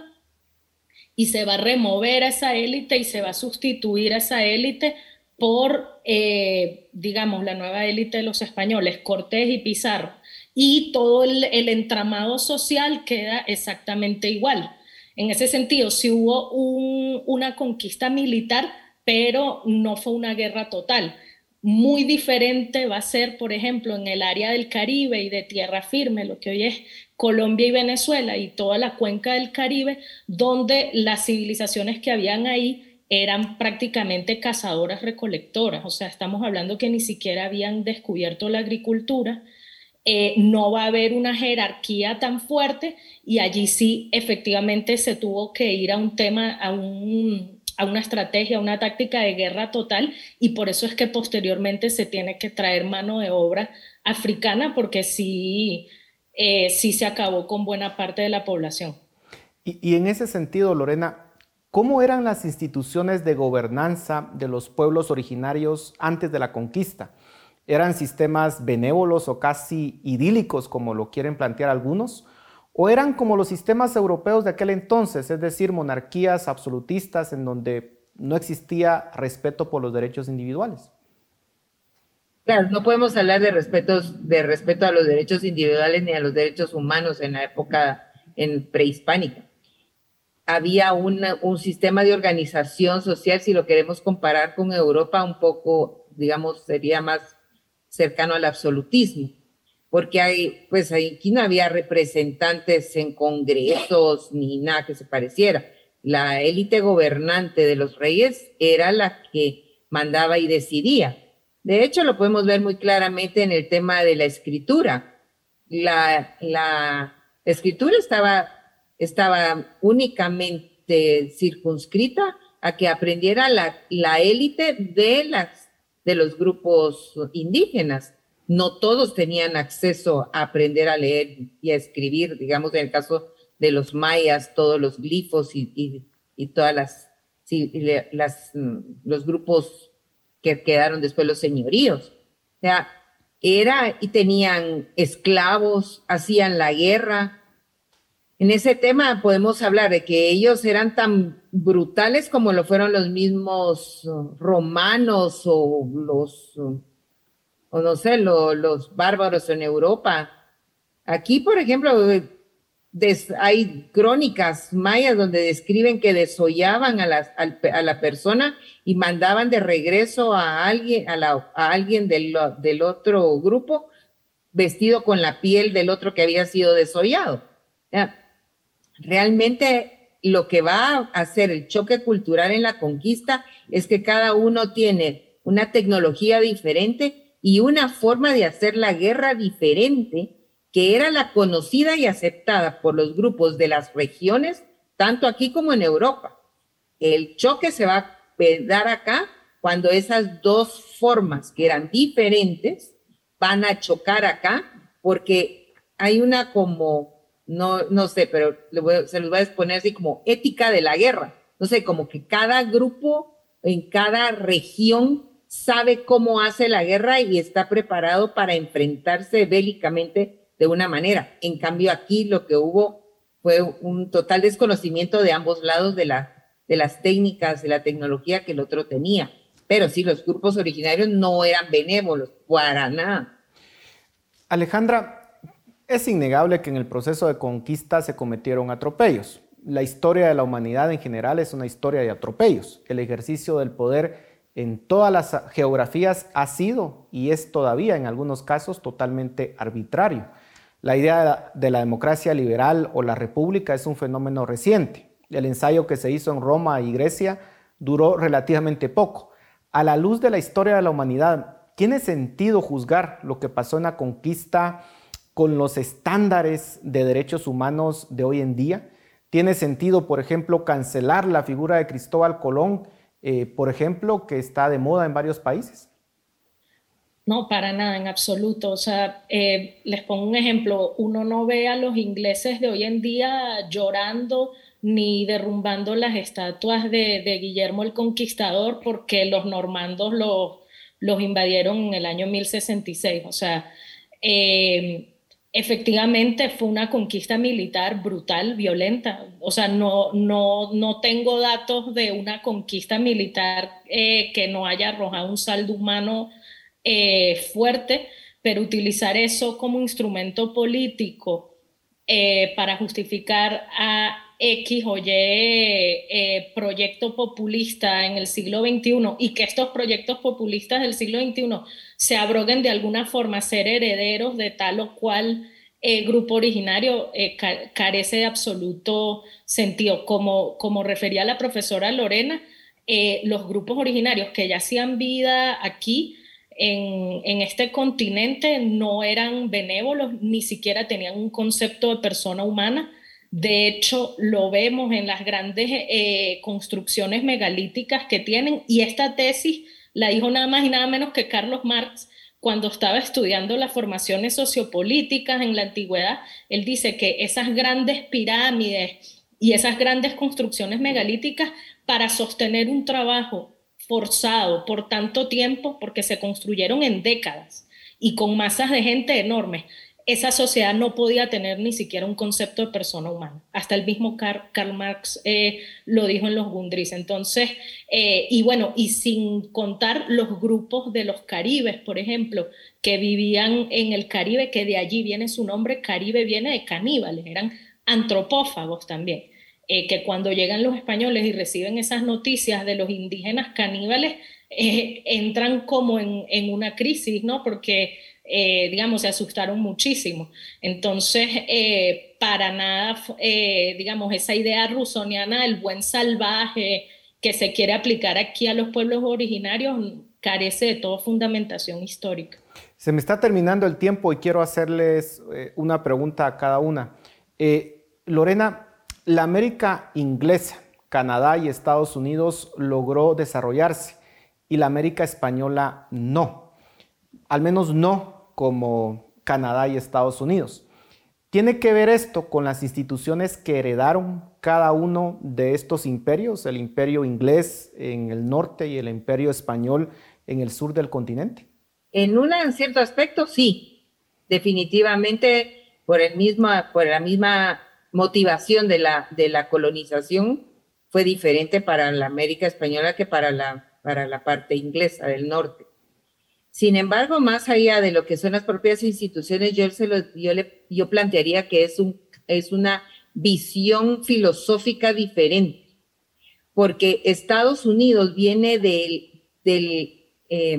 y se va a remover a esa élite y se va a sustituir a esa élite por, eh, digamos, la nueva élite de los españoles, Cortés y Pizarro, y todo el, el entramado social queda exactamente igual. En ese sentido, sí hubo un, una conquista militar, pero no fue una guerra total. Muy diferente va a ser, por ejemplo, en el área del Caribe y de tierra firme, lo que hoy es Colombia y Venezuela y toda la cuenca del Caribe, donde las civilizaciones que habían ahí eran prácticamente cazadoras recolectoras. O sea, estamos hablando que ni siquiera habían descubierto la agricultura. Eh, no va a haber una jerarquía tan fuerte y allí sí efectivamente se tuvo que ir a un tema, a, un, a una estrategia, a una táctica de guerra total, y por eso es que posteriormente se tiene que traer mano de obra africana, porque sí, eh, sí se acabó con buena parte de la población. Y, y en ese sentido, Lorena, ¿cómo eran las instituciones de gobernanza de los pueblos originarios antes de la conquista? ¿Eran sistemas benévolos o casi idílicos, como lo quieren plantear algunos? ¿O eran como los sistemas europeos de aquel entonces, es decir, monarquías absolutistas en donde no existía respeto por los derechos individuales? Claro, no podemos hablar de, respetos, de respeto a los derechos individuales ni a los derechos humanos en la época en prehispánica. Había una, un sistema de organización social, si lo queremos comparar con Europa, un poco, digamos, sería más cercano al absolutismo, porque hay, pues aquí no había representantes en congresos ni nada que se pareciera. La élite gobernante de los reyes era la que mandaba y decidía. De hecho, lo podemos ver muy claramente en el tema de la escritura. La, la escritura estaba, estaba únicamente circunscrita a que aprendiera la, la élite de las de los grupos indígenas. No todos tenían acceso a aprender a leer y a escribir, digamos, en el caso de los mayas, todos los glifos y, y, y todas las, sí, las, los grupos que quedaron después, los señoríos. O sea, era, y tenían esclavos, hacían la guerra. En ese tema podemos hablar de que ellos eran tan brutales como lo fueron los mismos romanos o los, o no sé, lo, los bárbaros en Europa. Aquí, por ejemplo, des, hay crónicas mayas donde describen que desollaban a la, a la persona y mandaban de regreso a alguien, a la, a alguien del, del otro grupo vestido con la piel del otro que había sido desollado. ¿Ya? Realmente lo que va a hacer el choque cultural en la conquista es que cada uno tiene una tecnología diferente y una forma de hacer la guerra diferente, que era la conocida y aceptada por los grupos de las regiones, tanto aquí como en Europa. El choque se va a dar acá cuando esas dos formas que eran diferentes van a chocar acá, porque hay una como... No, no sé, pero le voy, se los voy a exponer así como ética de la guerra. No sé, como que cada grupo en cada región sabe cómo hace la guerra y está preparado para enfrentarse bélicamente de una manera. En cambio, aquí lo que hubo fue un total desconocimiento de ambos lados de, la, de las técnicas, de la tecnología que el otro tenía. Pero sí, los grupos originarios no eran benévolos, para nada. Alejandra, es innegable que en el proceso de conquista se cometieron atropellos. La historia de la humanidad en general es una historia de atropellos. El ejercicio del poder en todas las geografías ha sido y es todavía en algunos casos totalmente arbitrario. La idea de la democracia liberal o la república es un fenómeno reciente. El ensayo que se hizo en Roma y Grecia duró relativamente poco. A la luz de la historia de la humanidad, ¿tiene sentido juzgar lo que pasó en la conquista con los estándares de derechos humanos de hoy en día? ¿Tiene sentido, por ejemplo, cancelar la figura de Cristóbal Colón, eh, por ejemplo, que está de moda en varios países? No, para nada, en absoluto. O sea, eh, les pongo un ejemplo. Uno no ve a los ingleses de hoy en día llorando ni derrumbando las estatuas de, de Guillermo el Conquistador porque los normandos los, los invadieron en el año mil sesenta y seis. O sea, eh, efectivamente fue una conquista militar brutal, violenta. O sea, no, no, no tengo datos de una conquista militar eh, que no haya arrojado un saldo humano Eh, fuerte, pero utilizar eso como instrumento político eh, para justificar a X o Y eh, proyecto populista en el siglo veintiuno y que estos proyectos populistas del siglo veintiuno se abroguen de alguna forma a ser herederos de tal o cual eh, grupo originario eh, ca carece de absoluto sentido. Como, como refería la profesora Lorena, eh, los grupos originarios que ya hacían vida aquí En, en este continente no eran benévolos, ni siquiera tenían un concepto de persona humana. De hecho, lo vemos en las grandes eh, construcciones megalíticas que tienen, y esta tesis la dijo nada más y nada menos que Carlos Marx cuando estaba estudiando las formaciones sociopolíticas en la antigüedad. Él dice que esas grandes pirámides y esas grandes construcciones megalíticas, para sostener un trabajo forzado por tanto tiempo, porque se construyeron en décadas y con masas de gente enormes, esa sociedad no podía tener ni siquiera un concepto de persona humana. Hasta el mismo Karl, Karl Marx eh, lo dijo en los Gundris. Entonces, eh, y bueno, y sin contar los grupos de los caribes, por ejemplo, que vivían en el Caribe, que de allí viene su nombre. Caribe viene de caníbales, eran antropófagos también. Eh, que cuando llegan los españoles y reciben esas noticias de los indígenas caníbales, eh, entran como en, en una crisis, ¿no? Porque, eh, digamos, se asustaron muchísimo. Entonces, eh, para nada, eh, digamos, esa idea rusoniana del buen salvaje que se quiere aplicar aquí a los pueblos originarios carece de toda fundamentación histórica. Se me está terminando el tiempo y quiero hacerles eh, una pregunta a cada una. Eh, Lorena, la América inglesa, Canadá y Estados Unidos logró desarrollarse y la América española no, al menos no como Canadá y Estados Unidos. ¿Tiene que ver esto con las instituciones que heredaron cada uno de estos imperios, el imperio inglés en el norte y el imperio español en el sur del continente? En, una, en cierto aspecto, sí, definitivamente por, el mismo, por la misma motivación de la, de la colonización fue diferente para la América española que para la, para la parte inglesa del norte. Sin embargo, más allá de lo que son las propias instituciones, yo, se lo, yo, le, yo plantearía que es, un, es una visión filosófica diferente, porque Estados Unidos viene del, del, eh,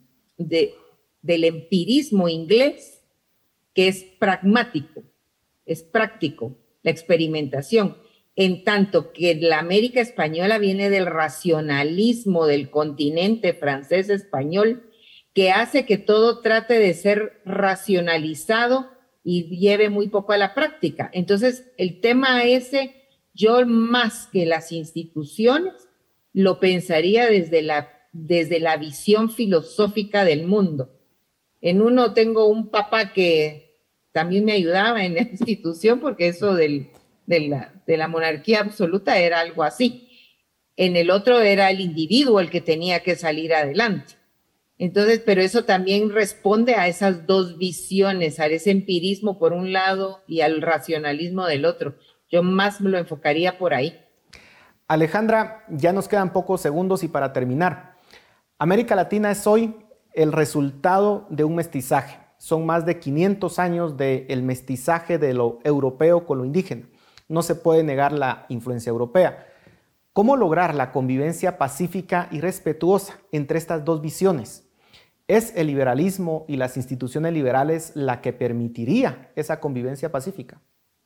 de, del empirismo inglés, que es pragmático, es práctico, la experimentación, en tanto que la América española viene del racionalismo del continente francés español, que hace que todo trate de ser racionalizado y lleve muy poco a la práctica. Entonces, el tema ese, yo más que las instituciones, lo pensaría desde la, desde la visión filosófica del mundo. En uno tengo un papá que también me ayudaba en la institución, porque eso del, de, la, de la monarquía absoluta era algo así. En el otro era el individuo el que tenía que salir adelante. Entonces, pero eso también responde a esas dos visiones, a ese empirismo por un lado y al racionalismo del otro. Yo más me lo enfocaría por ahí. Alejandra, ya nos quedan pocos segundos y para terminar, América Latina es hoy el resultado de un mestizaje. Son más de quinientos años del mestizaje de lo europeo con lo indígena. No se puede negar la influencia europea. ¿Cómo lograr la convivencia pacífica y respetuosa entre estas dos visiones? ¿Es el liberalismo y las instituciones liberales la que permitiría esa convivencia pacífica?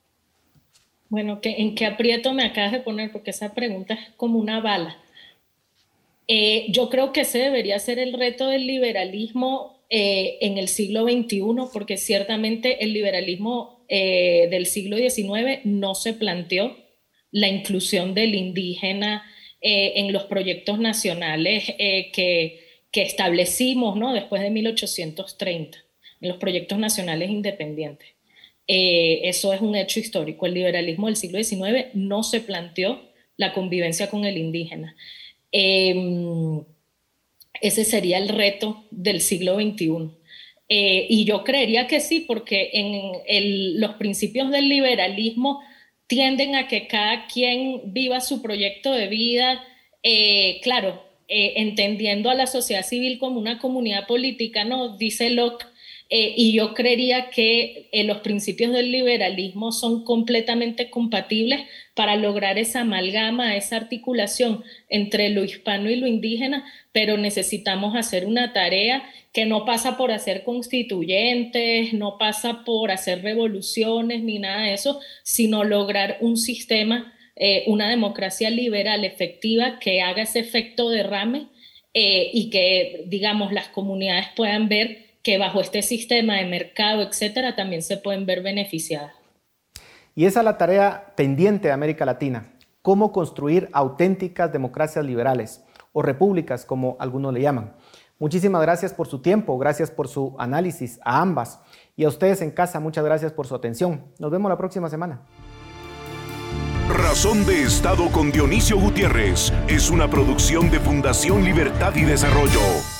Bueno, ¿en qué aprieto me acabas de poner? Porque esa pregunta es como una bala. Eh, yo creo que ese debería ser el reto del liberalismo eh, en el siglo veintiuno, porque ciertamente el liberalismo eh, del siglo diecinueve no se planteó la inclusión del indígena eh, en los proyectos nacionales eh, que, que establecimos, ¿no?, después de mil ochocientos treinta, en los proyectos nacionales independientes. Eh, eso es un hecho histórico. El liberalismo del siglo diecinueve no se planteó la convivencia con el indígena. Eh, ese sería el reto del siglo veintiuno. Eh, y yo creería que sí, porque en el, los principios del liberalismo tienden a que cada quien viva su proyecto de vida, eh, claro, eh, entendiendo a la sociedad civil como una comunidad política, ¿no? Dice Locke. Eh, y yo creería que eh, los principios del liberalismo son completamente compatibles para lograr esa amalgama, esa articulación entre lo hispano y lo indígena, pero necesitamos hacer una tarea que no pasa por hacer constituyentes, no pasa por hacer revoluciones ni nada de eso, sino lograr un sistema, eh, una democracia liberal efectiva que haga ese efecto derrame eh, y que, digamos, las comunidades puedan ver que bajo este sistema de mercado, etcétera, también se pueden ver beneficiadas. Y esa es la tarea pendiente de América Latina. Cómo construir auténticas democracias liberales o repúblicas, como algunos le llaman. Muchísimas gracias por su tiempo, gracias por su análisis a ambas. Y a ustedes en casa, muchas gracias por su atención. Nos vemos la próxima semana. Razón de Estado con Dionisio Gutiérrez es una producción de Fundación Libertad y Desarrollo.